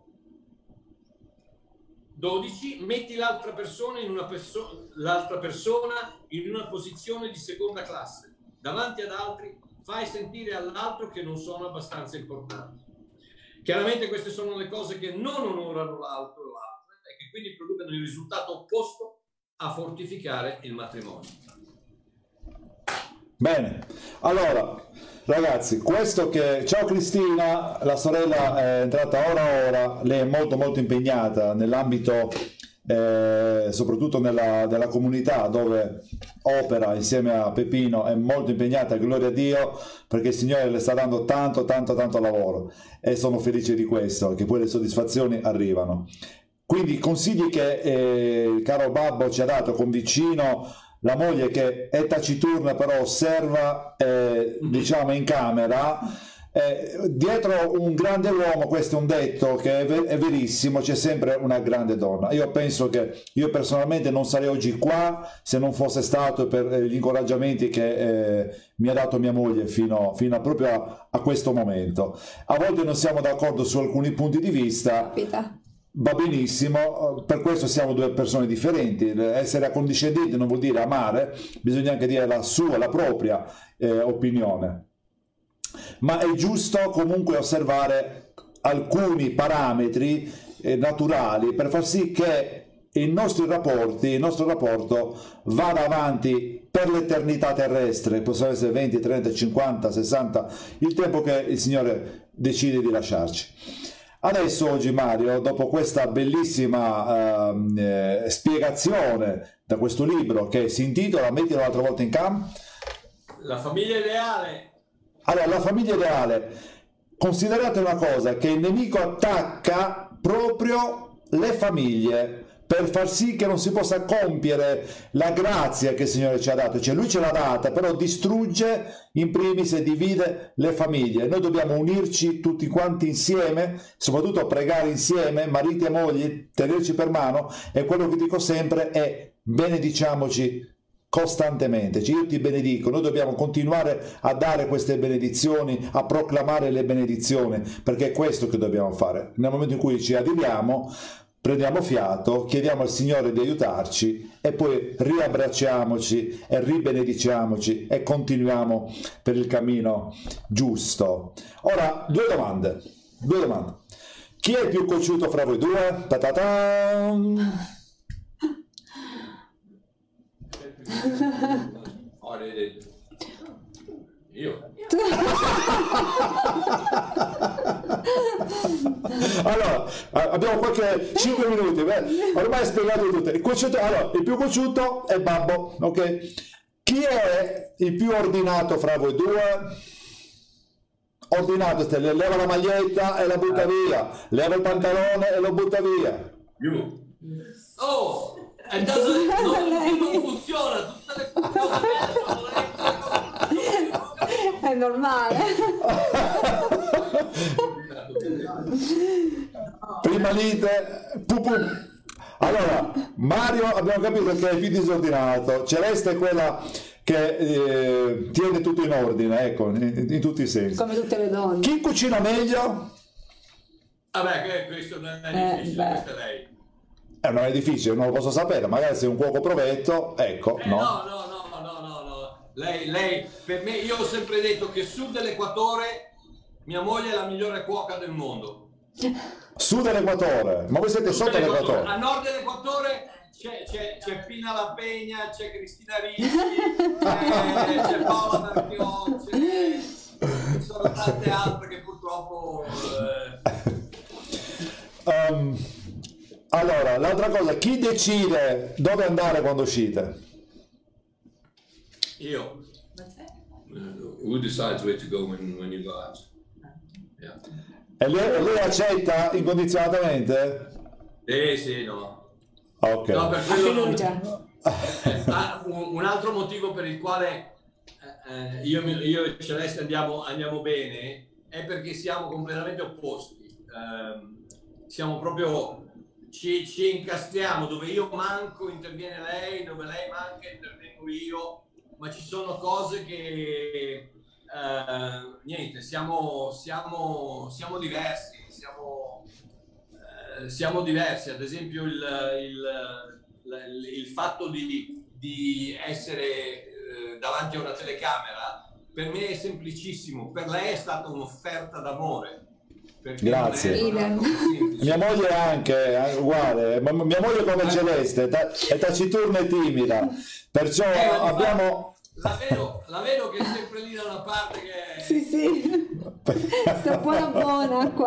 12. Metti l'altra persona in una posizione di seconda classe. Davanti ad altri fai sentire all'altro che non sono abbastanza importanti. Chiaramente queste sono le cose che non onorano l'altro e che quindi producono il risultato opposto a fortificare il matrimonio. Bene, allora ragazzi, questo che... Ciao Cristina, la sorella è entrata ora, lei è molto impegnata nell'ambito, soprattutto della comunità dove opera insieme a Peppino, è molto impegnata, gloria a Dio, perché il Signore le sta dando tanto lavoro e sono felice di questo, che poi le soddisfazioni arrivano. Quindi consigli che il caro Babbo ci ha dato con vicino, la moglie che è taciturna però osserva, diciamo in camera, dietro un grande uomo, questo è un detto che è verissimo, c'è sempre una grande donna. Io penso che io personalmente non sarei oggi qua se non fosse stato per gli incoraggiamenti che mi ha dato mia moglie fino proprio a questo momento. A volte non siamo d'accordo su alcuni punti di vista. Va benissimo, per questo siamo due persone differenti. Essere accondiscendenti non vuol dire amare, bisogna anche dire la propria opinione. Ma è giusto comunque osservare alcuni parametri naturali per far sì che il nostro rapporto vada avanti per l'eternità terrestre, possono essere 20, 30, 50, 60, il tempo che il Signore decide di lasciarci. Adesso oggi Mario, dopo questa bellissima spiegazione da questo libro che si intitola, mettilo un'altra volta in campo, La famiglia ideale. Allora, la famiglia ideale, considerate una cosa, che il nemico attacca proprio le famiglie per far sì che non si possa compiere la grazia che il Signore ci ha dato, cioè lui ce l'ha data, però distrugge in primis e divide le famiglie. Noi dobbiamo unirci tutti quanti insieme, soprattutto pregare insieme, mariti e mogli, tenerci per mano, e quello che dico sempre è benediciamoci costantemente. Cioè, io ti benedico, noi dobbiamo continuare a dare queste benedizioni, a proclamare le benedizioni, perché è questo che dobbiamo fare. Nel momento in cui ci adiriamo, prendiamo fiato, chiediamo al Signore di aiutarci e poi riabbracciamoci e ribenediciamoci e continuiamo per il cammino giusto. Ora, due domande. Chi è il più cocciuto fra voi due? Ta-ta-ta! Io. Allora, abbiamo qualche 5 minuti, ormai è spiegato tutto. Allora, il più cocciuto è Babbo, ok? Chi è il più ordinato fra voi due? Ordinato, leva la maglietta e la butta via, leva il pantalone e lo butta via. You. Oh, non funziona, tutte le cose belle sono lei. È normale. Prima lite, allora Mario abbiamo capito che è più disordinato, Celeste è quella che tiene tutto in ordine, ecco, in tutti i sensi. Come tutte le donne. Chi cucina meglio? Vabbè, questo non è difficile, questa è lei. Non è difficile, non lo posso sapere, magari sei un cuoco provetto, ecco, no? No. Lei, per me, io ho sempre detto che sud dell'equatore mia moglie è la migliore cuoca del mondo. Sud dell'equatore, ma voi siete sotto l'equatore? A nord dell'equatore c'è Pina La Pegna, c'è Cristina Ricci, c'è Paola Marchion, ci sono tante altre che purtroppo... Allora, l'altra cosa, chi decide dove andare quando uscite? Io. Who decides where to go when you go out? Yeah. E lei accetta incondizionatamente? Sì, no. Ok. No, per quello un altro motivo per il quale io e Celeste andiamo bene è perché siamo completamente opposti. Siamo proprio... Ci incastriamo, dove io manco interviene lei, dove lei manca intervengo io, ma ci sono cose che niente, siamo diversi, siamo diversi. Ad esempio il fatto di essere davanti a una telecamera per me è semplicissimo, per lei è stata un'offerta d'amore. Grazie. Mia moglie è anche uguale, mia moglie è come Celeste, è taciturna e timida, perciò abbiamo... La vedo che è sempre lì da una parte che... Sì. Sta buona qua.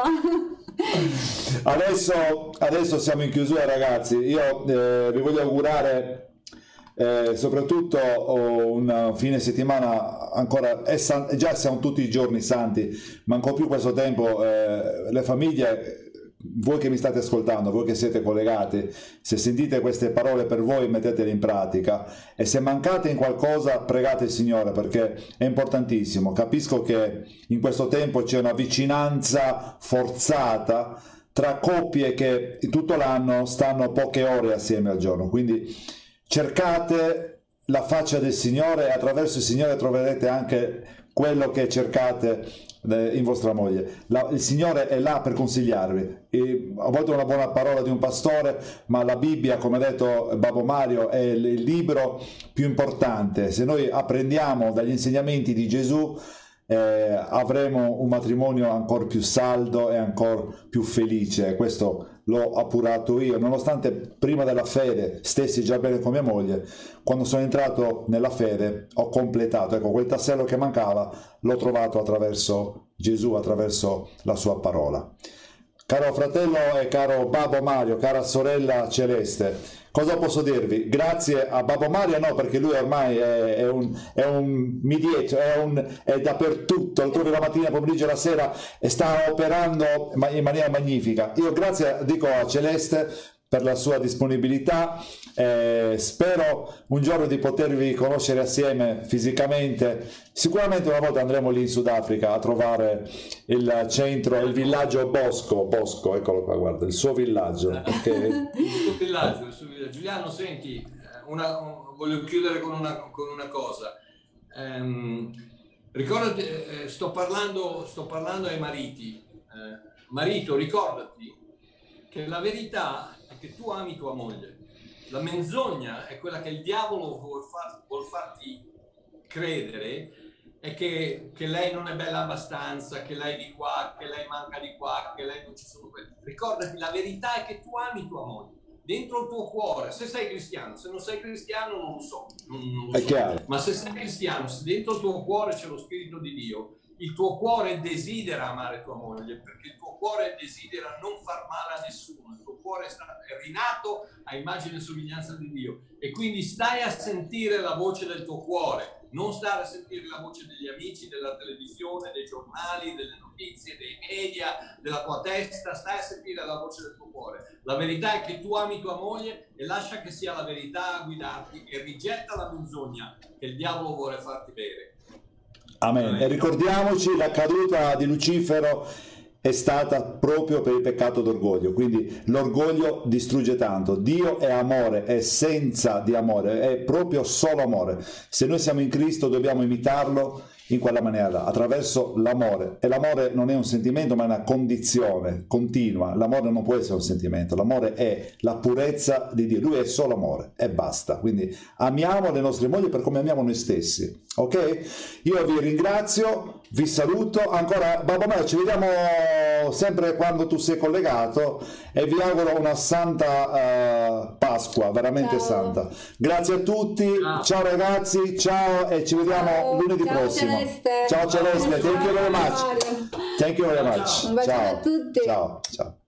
Adesso siamo in chiusura, ragazzi. Io vi voglio augurare soprattutto un fine settimana ancora, già siamo tutti i giorni santi, ma ancora più questo tempo, le famiglie, voi che mi state ascoltando, voi che siete collegati, se sentite queste parole per voi mettetele in pratica, e se mancate in qualcosa pregate il Signore, perché è importantissimo. Capisco che in questo tempo c'è una vicinanza forzata tra coppie che tutto l'anno stanno poche ore assieme al giorno, quindi cercate la faccia del Signore, e attraverso il Signore troverete anche quello che cercate in vostra moglie. Il Signore è là per consigliarvi, a volte una buona parola di un pastore, ma la Bibbia, come ha detto Babbo Mario, è il libro più importante. Se noi apprendiamo dagli insegnamenti di Gesù, avremo un matrimonio ancora più saldo e ancora più felice. Questo l'ho appurato io, nonostante prima della fede stessi già bene con mia moglie. Quando sono entrato nella fede ho completato, ecco, quel tassello che mancava l'ho trovato attraverso Gesù, attraverso la sua parola. Caro fratello e caro Babbo Mario, cara sorella Celeste, cosa posso dirvi? Grazie a Babbo Mario, no, perché lui ormai è un mediator, è dappertutto, lo trovi la mattina, pomeriggio e la sera, e sta operando in maniera magnifica. Io grazie dico a Celeste per la sua disponibilità, spero un giorno di potervi conoscere assieme fisicamente. Sicuramente una volta andremo lì in Sudafrica a trovare il centro, il villaggio Bosco, eccolo qua, guarda, il suo villaggio. Perché... il suo villaggio. Giuliano, senti, voglio chiudere con una cosa. Ricordati, sto parlando ai mariti. Marito, ricordati che la verità è che tu ami tua moglie. La menzogna è quella che il diavolo vuol farti credere, è che lei non è bella abbastanza, che lei è di qua, che lei manca di qua, che lei non ci sono quelli. Ricordati, la verità è che tu ami tua moglie dentro il tuo cuore, se sei cristiano. Se non sei cristiano non lo so, non lo so. Chiaro. Ma se sei cristiano, se dentro il tuo cuore c'è lo Spirito di Dio, il tuo cuore desidera amare tua moglie, perché il tuo cuore desidera non far male a nessuno, il tuo cuore è rinato a immagine e somiglianza di Dio, e quindi stai a sentire la voce del tuo cuore, non stare a sentire la voce degli amici, della televisione, dei giornali, delle notizie, dei media, della tua testa. Stai a sentire la voce del tuo cuore. La verità è che tu ami tua moglie e lascia che sia la verità a guidarti, e rigetta la menzogna che il diavolo vuole farti bere. Amen. E ricordiamoci, la caduta di Lucifero è stata proprio per il peccato d'orgoglio, quindi l'orgoglio distrugge tanto. Dio è amore, è essenza di amore, è proprio solo amore. Se noi siamo in Cristo dobbiamo imitarlo in quella maniera, attraverso l'amore. E l'amore non è un sentimento, ma è una condizione continua. L'amore non può essere un sentimento, l'amore è la purezza di Dio, lui è solo amore e basta. Quindi amiamo le nostre mogli per come amiamo noi stessi, ok? Io vi ringrazio, vi saluto ancora. Babbo Mario, ci vediamo sempre quando tu sei collegato, e vi auguro una santa Pasqua, veramente santa. Grazie a tutti, ciao ragazzi, ciao, e ci vediamo lunedì prossimo. Ciao Celeste, thank you very much. Thank you very much. Un bacione a tutti. Ciao, ciao.